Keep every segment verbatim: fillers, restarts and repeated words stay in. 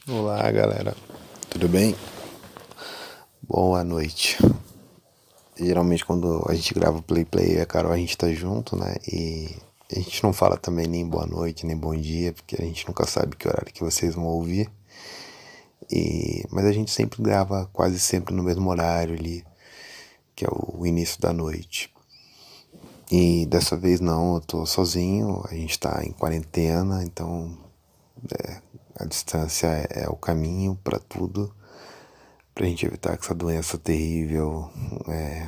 Olá, galera. Tudo bem? Boa noite. Geralmente quando a gente grava o Play Play e a Carol a gente tá junto, né? E a gente não fala também nem boa noite, nem bom dia, porque a gente nunca sabe que horário que vocês vão ouvir. E mas a gente sempre grava quase sempre no mesmo horário ali, que é o início da noite. E dessa vez não, eu tô sozinho, a gente tá em quarentena, então é, a distância é, é o caminho para tudo, pra gente evitar que essa doença terrível é,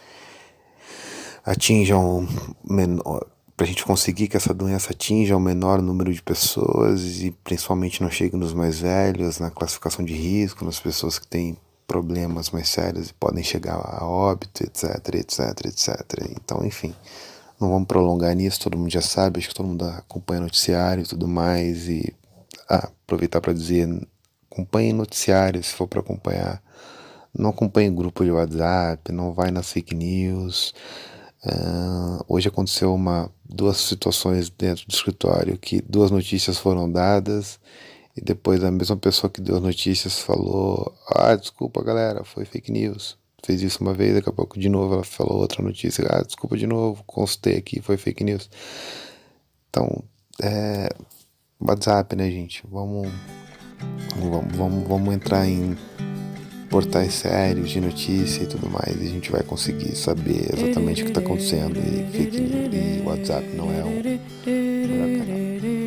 atinjam menor, para a gente conseguir que essa doença atinja o menor número de pessoas e principalmente não chegue nos mais velhos, na classificação de risco, nas pessoas que têm problemas mais sérios e podem chegar a óbito, etc, etc, etcétera. Então, enfim, não vamos prolongar nisso, todo mundo já sabe, acho que todo mundo acompanha noticiário e tudo mais. E ah, aproveitar para dizer, acompanhe noticiário se for para acompanhar. Não acompanhe grupo de WhatsApp, não vai nas fake news. Uh, hoje aconteceu uma, duas situações dentro do escritório que duas notícias foram dadas e depois a mesma pessoa que deu as notícias falou: ah, desculpa galera, foi fake news. Fez isso uma vez, daqui a pouco de novo ela falou outra notícia: ah, desculpa de novo, constei aqui, foi fake news. Então, é, WhatsApp, né, gente? Vamos, vamos, vamos, vamos entrar em portais sérios de notícia e tudo mais, e a gente vai conseguir saber exatamente o que está acontecendo. E fake news e WhatsApp não é o melhor canal.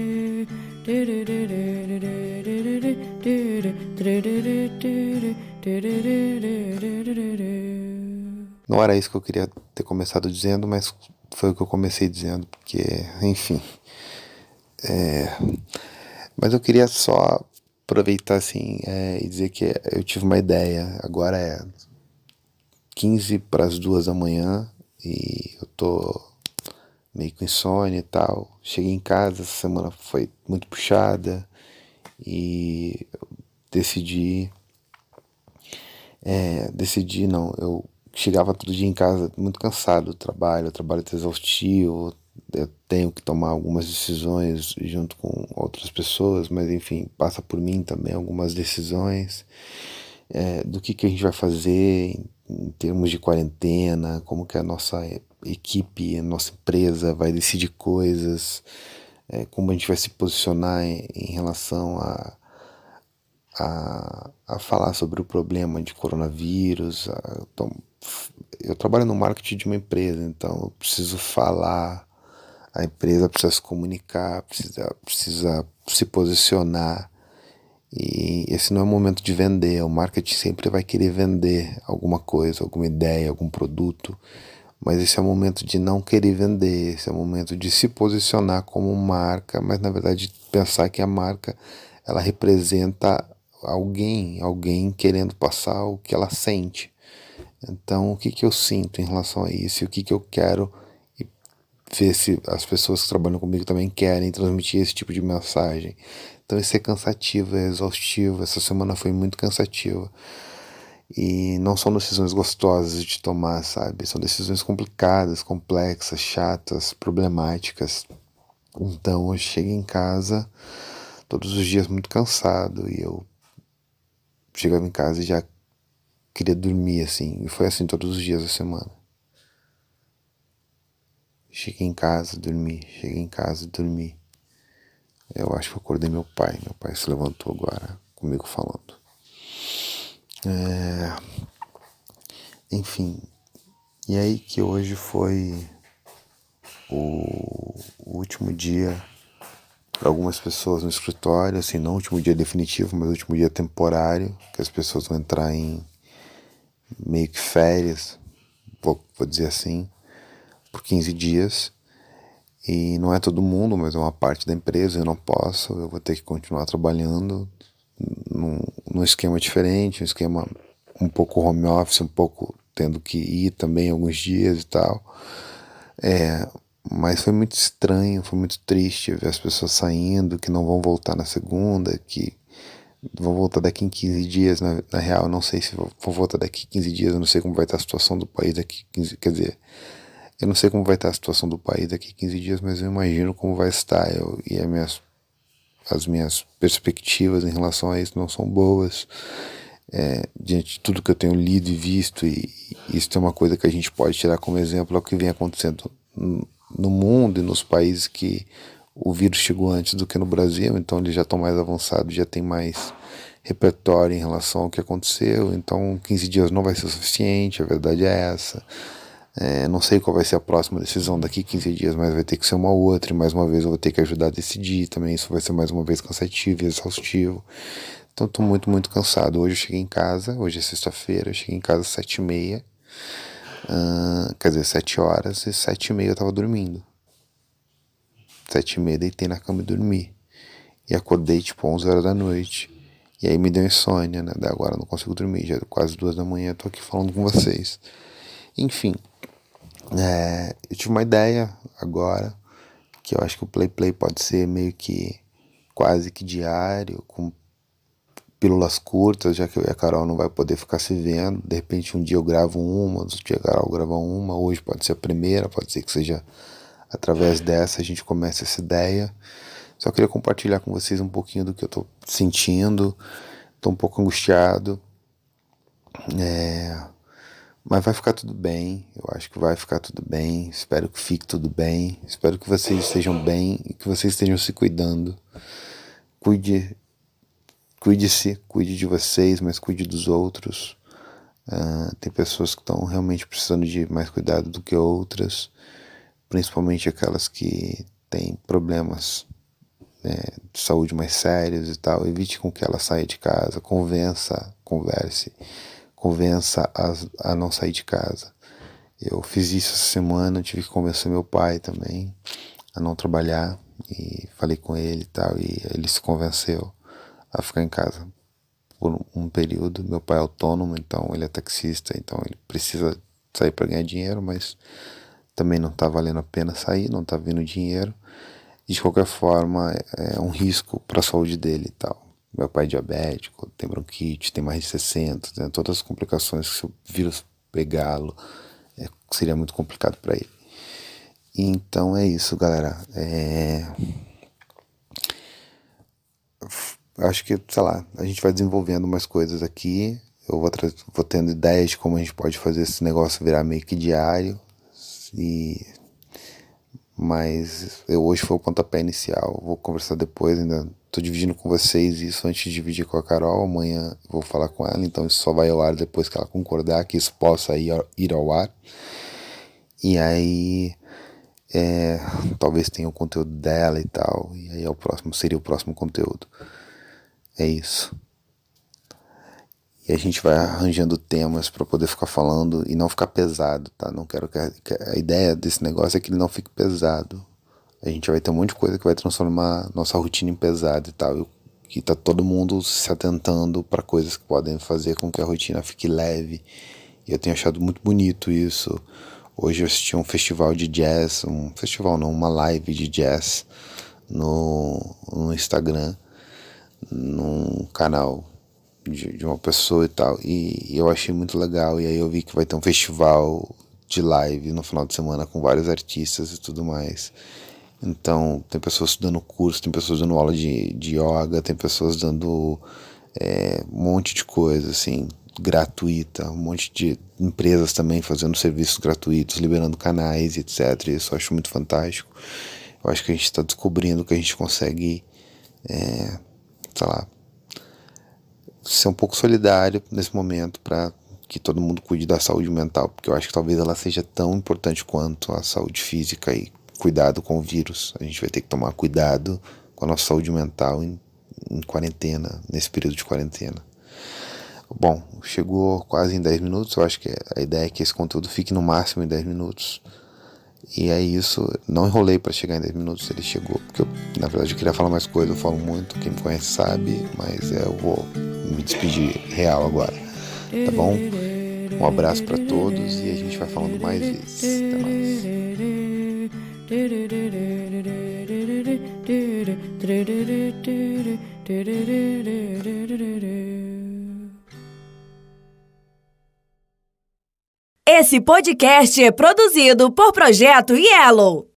Não era isso que eu queria ter começado dizendo, mas foi o que eu comecei dizendo, porque, enfim. É... Mas eu queria só aproveitar assim é, e dizer que eu tive uma ideia. Agora é quinze para as duas da manhã e eu tô meio com insônia e tal. Cheguei em casa, essa semana foi muito puxada e eu decidi. É, decidi não, eu chegava todo dia em casa muito cansado do trabalho, o trabalho é exaustivo, eu tenho que tomar algumas decisões junto com outras pessoas, mas enfim, passa por mim também algumas decisões é, do que, que a gente vai fazer em, em termos de quarentena, como que a nossa equipe, a nossa empresa vai decidir coisas, é, como a gente vai se posicionar em, em relação a, a, a falar sobre o problema de coronavírus. A, então, eu trabalho no marketing de uma empresa, então eu preciso falar, a empresa precisa se comunicar, precisa, precisa se posicionar. E esse não é o momento de vender. O marketing sempre vai querer vender alguma coisa, alguma ideia, algum produto. Mas esse é o momento de não querer vender. Esse é o momento de se posicionar como marca, mas na verdade pensar que a marca ela representa alguém, alguém querendo passar o que ela sente. Então, o que, que eu sinto em relação a isso? E o que, que eu quero e ver se as pessoas que trabalham comigo também querem transmitir esse tipo de mensagem. Então isso é cansativo, é exaustivo. Essa semana foi muito cansativa. E não são decisões gostosas de tomar, sabe? São decisões complicadas, complexas, chatas, problemáticas. Então eu chego em casa todos os dias muito cansado e eu chegava em casa e já queria dormir, assim. E foi assim todos os dias da semana. Cheguei em casa, dormi. Cheguei em casa, dormi. Eu acho que eu acordei meu pai. Meu pai se levantou agora comigo falando. É... Enfim. E aí que hoje foi o, o último dia para algumas pessoas no escritório, assim, não o último dia definitivo, mas o último dia temporário, que as pessoas vão entrar em meio que férias, vou, vou dizer assim, por quinze dias. E não é todo mundo, mas é uma parte da empresa, eu não posso, eu vou ter que continuar trabalhando num, num esquema diferente, um esquema um pouco home office, um pouco tendo que ir também alguns dias e tal. É, mas foi muito estranho, foi muito triste ver as pessoas saindo, que não vão voltar na segunda, que vão voltar daqui em quinze dias. Na, na real, eu não sei se vão voltar daqui em quinze dias, eu não sei como vai estar a situação do país daqui quinze, quer dizer, eu não sei como vai estar a situação do país daqui a quinze dias, mas eu imagino como vai estar. Eu, e a minha as minhas perspectivas em relação a isso não são boas, é, diante de tudo que eu tenho lido e visto, e, e isso é uma coisa que a gente pode tirar como exemplo, é o que vem acontecendo no mundo e nos países que o vírus chegou antes do que no Brasil, então eles já estão mais avançados, já tem mais repertório em relação ao que aconteceu, então quinze dias não vai ser suficiente, a verdade é essa. É, não sei qual vai ser a próxima decisão daqui quinze dias, mas vai ter que ser uma outra, e mais uma vez eu vou ter que ajudar a decidir também, isso vai ser mais uma vez cansativo e exaustivo. Então tô muito, muito cansado. Hoje eu cheguei em casa, hoje é sexta-feira, eu cheguei em casa às sete e meia, uh, quer dizer, sete horas, e sete e meia eu tava dormindo. Sete e meia deitei na cama e dormi. E acordei tipo onze horas da noite. E aí me deu insônia, né? Daí agora eu não consigo dormir, já é quase duas da manhã, eu tô aqui falando com vocês. Enfim, é, eu tive uma ideia agora, que eu acho que o Play Play pode ser meio que quase que diário, com pílulas curtas, já que eu e a Carol não vai poder ficar se vendo. De repente um dia eu gravo uma, outro dia a Carol grava uma, hoje pode ser a primeira, pode ser que seja através dessa a gente comece essa ideia. Só queria compartilhar com vocês um pouquinho do que eu tô sentindo, tô um pouco angustiado, é... mas vai ficar tudo bem, eu acho que vai ficar tudo bem, espero que fique tudo bem, espero que vocês estejam bem e que vocês estejam se cuidando. Cuide Cuide-se, cuide de vocês, mas cuide dos outros. Uh, tem pessoas que estão realmente precisando de mais cuidado do que outras, principalmente aquelas que têm problemas, né, de saúde mais sérios e tal. Evite com que ela saia de casa, convença, converse, convença a, a não sair de casa. Eu fiz isso essa semana, tive que convencer meu pai também a não trabalhar, e falei com ele e tal, e ele se convenceu a ficar em casa por um período. Meu pai é autônomo, então ele é taxista, então ele precisa sair para ganhar dinheiro, mas também não tá valendo a pena sair, não tá vindo dinheiro, e de qualquer forma é um risco para a saúde dele e tal. Meu pai é diabético, tem bronquite, tem mais de sessenta, tem todas as complicações que se o vírus pegá-lo é, seria muito complicado para ele. E então é isso, galera. É... Acho que, sei lá, a gente vai desenvolvendo umas coisas aqui. Eu vou, vou tendo ideias de como a gente pode fazer esse negócio virar meio que diário. E... Mas eu, hoje foi o pontapé inicial. Vou conversar depois, ainda tô dividindo com vocês isso antes de dividir com a Carol. Amanhã vou falar com ela, então isso só vai ao ar depois que ela concordar que isso possa ir ao, ir ao ar. E aí... É, talvez tenha o conteúdo dela e tal. E aí é o próximo, seria o próximo conteúdo. É isso. E a gente vai arranjando temas para poder ficar falando e não ficar pesado, tá? Não quero que a, que a ideia desse negócio é que ele não fique pesado. A gente vai ter um monte de coisa que vai transformar nossa rotina em pesada e tal. E tá todo mundo se atentando para coisas que podem fazer com que a rotina fique leve. E eu tenho achado muito bonito isso. Hoje eu assisti um festival de jazz, um festival não, uma live de jazz no, no Instagram, num canal de, de uma pessoa e tal, e, e eu achei muito legal. E aí eu vi que vai ter um festival de live no final de semana com vários artistas e tudo mais. Então tem pessoas dando curso, tem pessoas dando aula de, de yoga, tem pessoas dando é, um monte de coisa assim, gratuita, um monte de empresas também fazendo serviços gratuitos, liberando canais, etcétera. Isso eu acho muito fantástico. Eu acho que a gente está descobrindo que a gente consegue, é, sei lá, ser um pouco solidário nesse momento para que todo mundo cuide da saúde mental, porque eu acho que talvez ela seja tão importante quanto a saúde física e cuidado com o vírus. A gente vai ter que tomar cuidado com a nossa saúde mental em, em quarentena, nesse período de quarentena. Bom, chegou quase em dez minutos, eu acho que a ideia é que esse conteúdo fique no máximo em dez minutos. E é isso, não enrolei para chegar em dez minutos, ele chegou, porque eu, na verdade eu queria falar mais coisa, eu falo muito, quem me conhece sabe, mas é, eu vou me despedir real agora, tá bom? Um abraço para todos e a gente vai falando mais vezes. Até mais. Esse podcast é produzido por Projeto Yellow.